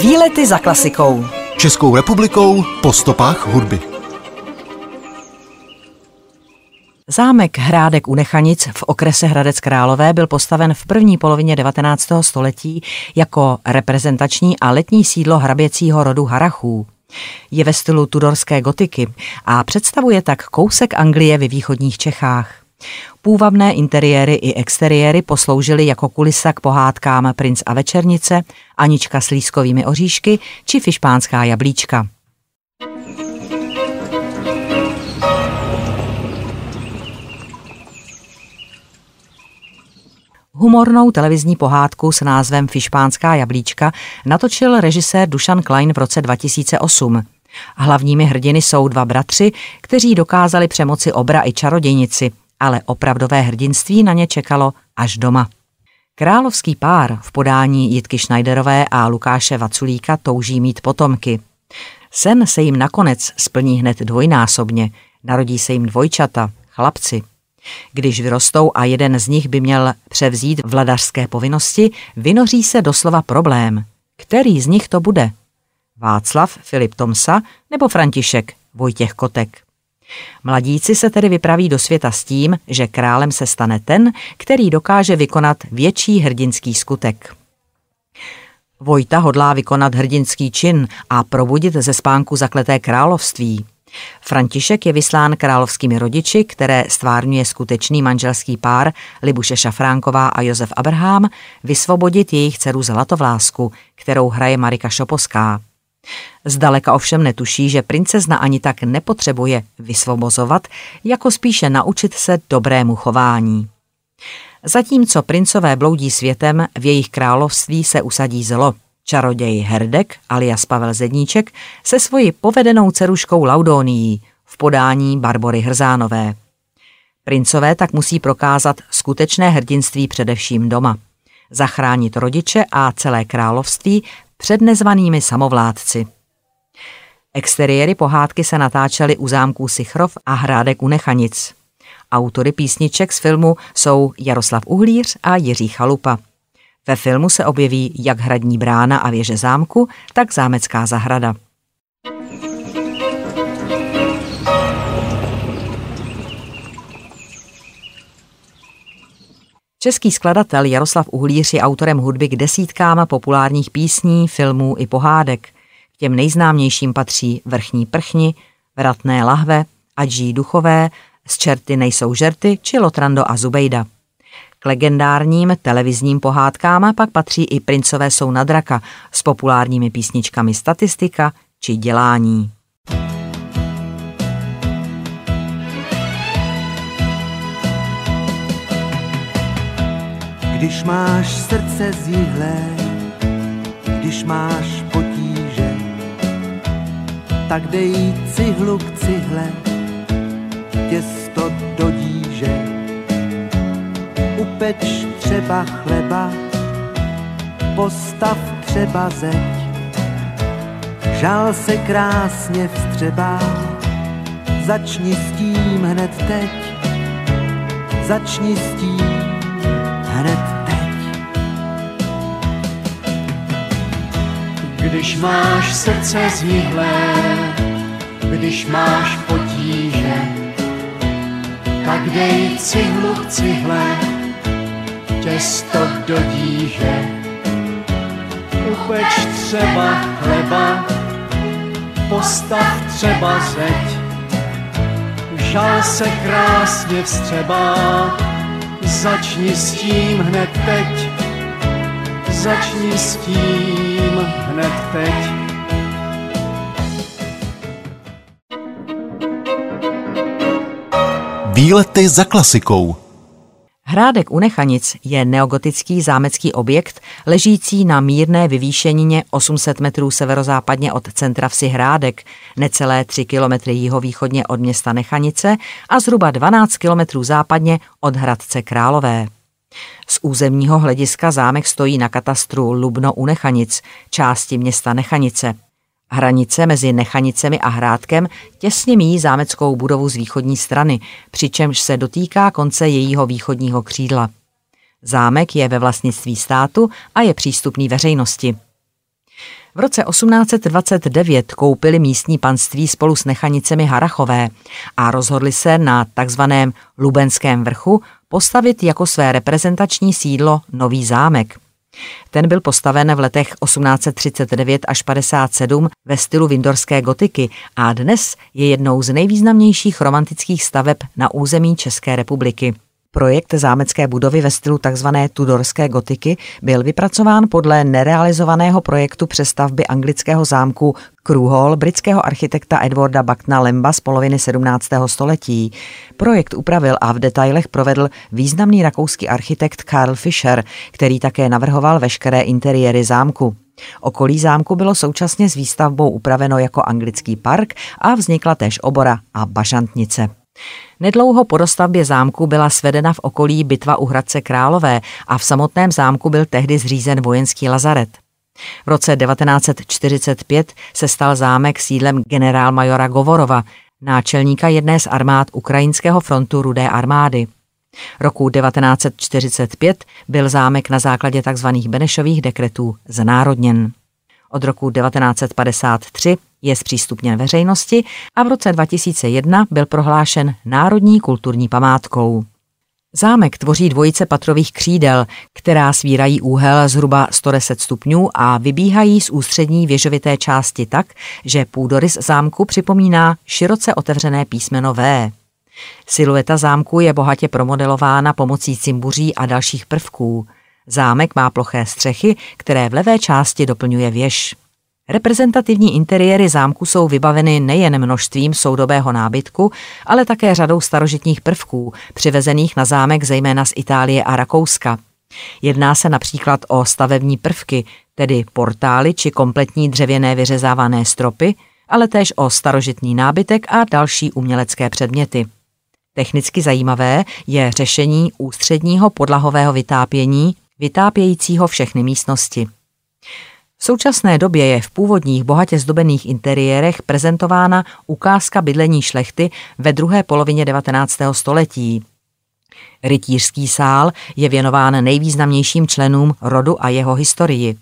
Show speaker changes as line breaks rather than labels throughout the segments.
Výlety za klasikou.
Českou republikou po stopách hudby.
Zámek Hrádek u Nechanic v okrese Hradec Králové byl postaven v první polovině 19. století jako reprezentační a letní sídlo hraběcího rodu Harrachů. Je ve stylu tudorské gotiky a představuje tak kousek Anglie ve východních Čechách. Půvabné interiéry i exteriéry posloužily jako kulisa k pohádkám Princ a večernice, Anička s lískovými oříšky či Fišpánská jablíčka. Humornou televizní pohádku s názvem Fišpánská jablíčka natočil režisér Dušan Klein v roce 2008. Hlavními hrdiny jsou dva bratři, kteří dokázali přemoci obra i čarodějnici, ale opravdové hrdinství na ně čekalo až doma. Královský pár v podání Jitky Schneiderové a Lukáše Vaculíka touží mít potomky. Sen se jim nakonec splní hned dvojnásobně, narodí se jim dvojčata, chlapci. Když vyrostou a jeden z nich by měl převzít vladařské povinnosti, vynoří se doslova problém. Který z nich to bude? Václav Filip Tomsa nebo František Vojtěch Kotek? Mladíci se tedy vypraví do světa s tím, že králem se stane ten, který dokáže vykonat větší hrdinský skutek. Vojta hodlá vykonat hrdinský čin a probudit ze spánku zakleté království. František je vyslán královskými rodiči, které stvárňuje skutečný manželský pár Libuše Šafránková a Josef Abraham, vysvobodit jejich dceru Zlatovlásku, kterou hraje Marika Šoposká. Zdaleka ovšem netuší, že princezna ani tak nepotřebuje vysvobozovat, jako spíše naučit se dobrému chování. Zatímco princové bloudí světem, v jejich království se usadí zlo. Čaroděj Herdek alias Pavel Zedníček se svojí povedenou dceruškou Laudonií v podání Barbory Hrzánové. Princové tak musí prokázat skutečné hrdinství především doma. Zachránit rodiče a celé království před nezvanými samovládci. Exteriéry pohádky se natáčely u zámků Sichrov a Hrádek u Nechanic. Autory písniček z filmu jsou Jaroslav Uhlíř a Jiří Chalupa. Ve filmu se objeví jak hradní brána a věže zámku, tak zámecká zahrada. Český skladatel Jaroslav Uhlíř je autorem hudby k desítkám populárních písní, filmů i pohádek. K těm nejznámějším patří Vrchní prchni, Vratné lahve, Ať žijí duchové, Z čerty nejsou žerty či Lotrando a Zubejda. K legendárním televizním pohádkám pak patří i Princové jsou na draka s populárními písničkami Statistika či Dělání.
Když máš srdce zíhlé, když máš potíže, tak dej cihlu k cihle, těsto do díže. Upeč třeba chleba, postav třeba zeď, žal se krásně vstřebá, začni s tím hned teď, začni s tím hned teď.
Když máš srdce znihlé, když máš potíže, tak dej cihlu k cihle, těsto do díže. Upeč třeba chleba, postav třeba zeď, žal se krásně vstřebá, začni s tím hned teď, začni s tím hned teď.
Výlety za klasikou.
Hrádek u Nechanic je neogotický zámecký objekt ležící na mírné vyvýšenině 800 metrů severozápadně od centra vsi Hrádek, necelé 3 kilometry jihovýchodně od města Nechanice a zhruba 12 kilometrů západně od Hradce Králové. Z územního hlediska zámek stojí na katastru Lubno u Nechanic, části města Nechanice. Hranice mezi Nechanicemi a Hrádkem těsně míjí zámeckou budovu z východní strany, přičemž se dotýká konce jejího východního křídla. Zámek je ve vlastnictví státu a je přístupný veřejnosti. V roce 1829 koupili místní panství spolu s nechanicemi Harrachové a rozhodli se na takzvaném Lubenském vrchu postavit jako své reprezentační sídlo nový zámek. Ten byl postaven v letech 1839 až 57 ve stylu windorské gotiky a dnes je jednou z nejvýznamnějších romantických staveb na území České republiky. Projekt zámecké budovy ve stylu tzv. Tudorské gotiky byl vypracován podle nerealizovaného projektu přestavby anglického zámku Crewe Hall britského architekta Edwarda Buckna Lemba z poloviny 17. století. Projekt upravil a v detailech provedl významný rakouský architekt Karl Fischer, který také navrhoval veškeré interiéry zámku. Okolí zámku bylo současně s výstavbou upraveno jako anglický park a vznikla též obora a bažantnice. Nedlouho po dostavbě zámku byla svedena v okolí bitva u Hradce Králové a v samotném zámku byl tehdy zřízen vojenský lazaret. V roce 1945 se stal zámek sídlem generálmajora Govorova, náčelníka jedné z armád Ukrajinského frontu Rudé armády. Roku 1945 byl zámek na základě tzv. Benešových dekretů znárodněn. Od roku 1953 je zpřístupněn veřejnosti a v roce 2001 byl prohlášen národní kulturní památkou. Zámek tvoří dvojice patrových křídel, která svírají úhel zhruba 110 stupňů a vybíhají z ústřední věžovité části tak, že půdorys zámku připomíná široce otevřené písmeno V. Silueta zámku je bohatě promodelována pomocí cimbuří a dalších prvků. Zámek má ploché střechy, které v levé části doplňuje věž. Reprezentativní interiéry zámku jsou vybaveny nejen množstvím soudobého nábytku, ale také řadou starožitních prvků, přivezených na zámek zejména z Itálie a Rakouska. Jedná se například o stavební prvky, tedy portály či kompletní dřevěné vyřezávané stropy, ale též o starožitný nábytek a další umělecké předměty. Technicky zajímavé je řešení ústředního podlahového vytápění, vytápějícího všechny místnosti. V současné době je v původních bohatě zdobených interiérech prezentována ukázka bydlení šlechty ve druhé polovině 19. století. Rytířský sál je věnován nejvýznamnějším členům rodu a jeho historii.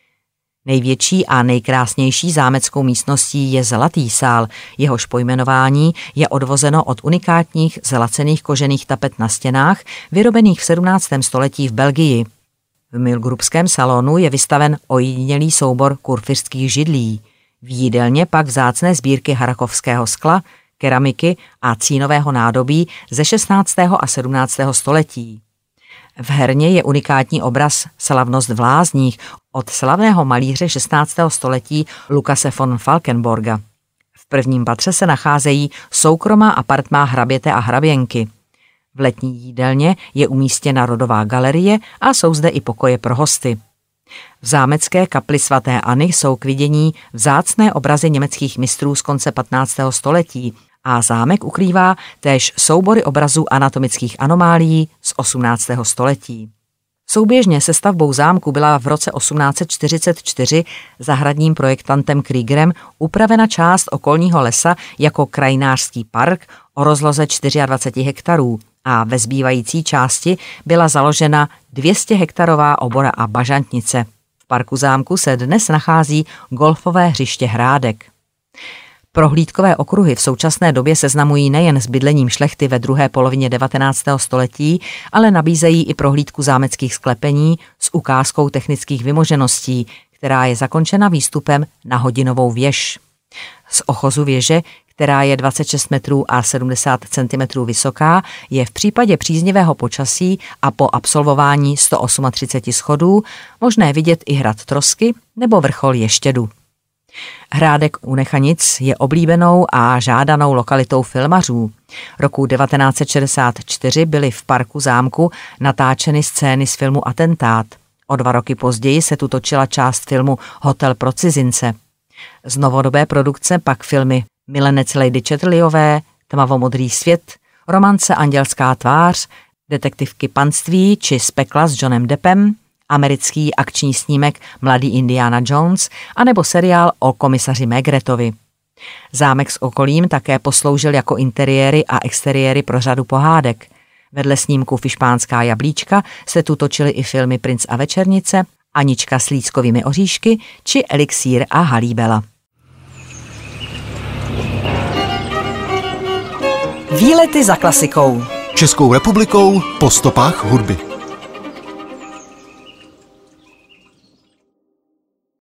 Největší a nejkrásnější zámeckou místností je Zlatý sál, jehož pojmenování je odvozeno od unikátních zlacených kožených tapet na stěnách, vyrobených v 17. století v Belgii. V Milgrubském salonu je vystaven ojedinělý soubor kurfiřtských židlí. V jídelně pak vzácné sbírky harakovského skla, keramiky a cínového nádobí ze 16. a 17. století. V herně je unikátní obraz Slavnost v lázních od slavného malíře 16. století Lukase von Falkenborga. V prvním patře se nacházejí soukromá apartmá hraběte a hraběnky. V letní jídelně je umístěna rodová galerie a jsou zde i pokoje pro hosty. V zámecké kapli svaté Anny jsou k vidění vzácné obrazy německých mistrů z konce 15. století a zámek ukrývá též soubory obrazů anatomických anomálií z 18. století. Souběžně se stavbou zámku byla v roce 1844 zahradním projektantem Kriegerem upravena část okolního lesa jako krajinářský park o rozloze 24 hektarů a ve zbývající části byla založena 200 hektarová obora a bažantnice. V parku zámku se dnes nachází golfové hřiště Hrádek. Prohlídkové okruhy v současné době seznamují nejen s bydlením šlechty ve druhé polovině 19. století, ale nabízejí i prohlídku zámeckých sklepení s ukázkou technických vymožeností, která je zakončena výstupem na hodinovou věž. Z ochozu věže, která je 26 metrů a 70 cm vysoká, je v případě příznivého počasí a po absolvování 138 schodů možné vidět i hrad Trosky nebo vrchol Ještědu. Hrádek u Nechanic je oblíbenou a žádanou lokalitou filmařů. Roku 1964 byly v parku zámku natáčeny scény z filmu Atentát. O 2 roky později se tu točila část filmu Hotel pro cizince. Z novodobé produkce pak filmy Milenec Lady Chatterleyové, Tmavomodrý svět, romance Andělská tvář, Detektivky panství či Z pekla s Johnem Deppem, americký akční snímek Mladý Indiana Jones anebo seriál o komisaři Magretovi. Zámek s okolím také posloužil jako interiéry a exteriéry pro řadu pohádek. Vedle snímku Fišpánská jablíčka se tu točily i filmy Princ a večernice Anička s líckovými oříšky či Elixír a halíbela. Výlety za klasikou.
Českou republikou po stopách hudby.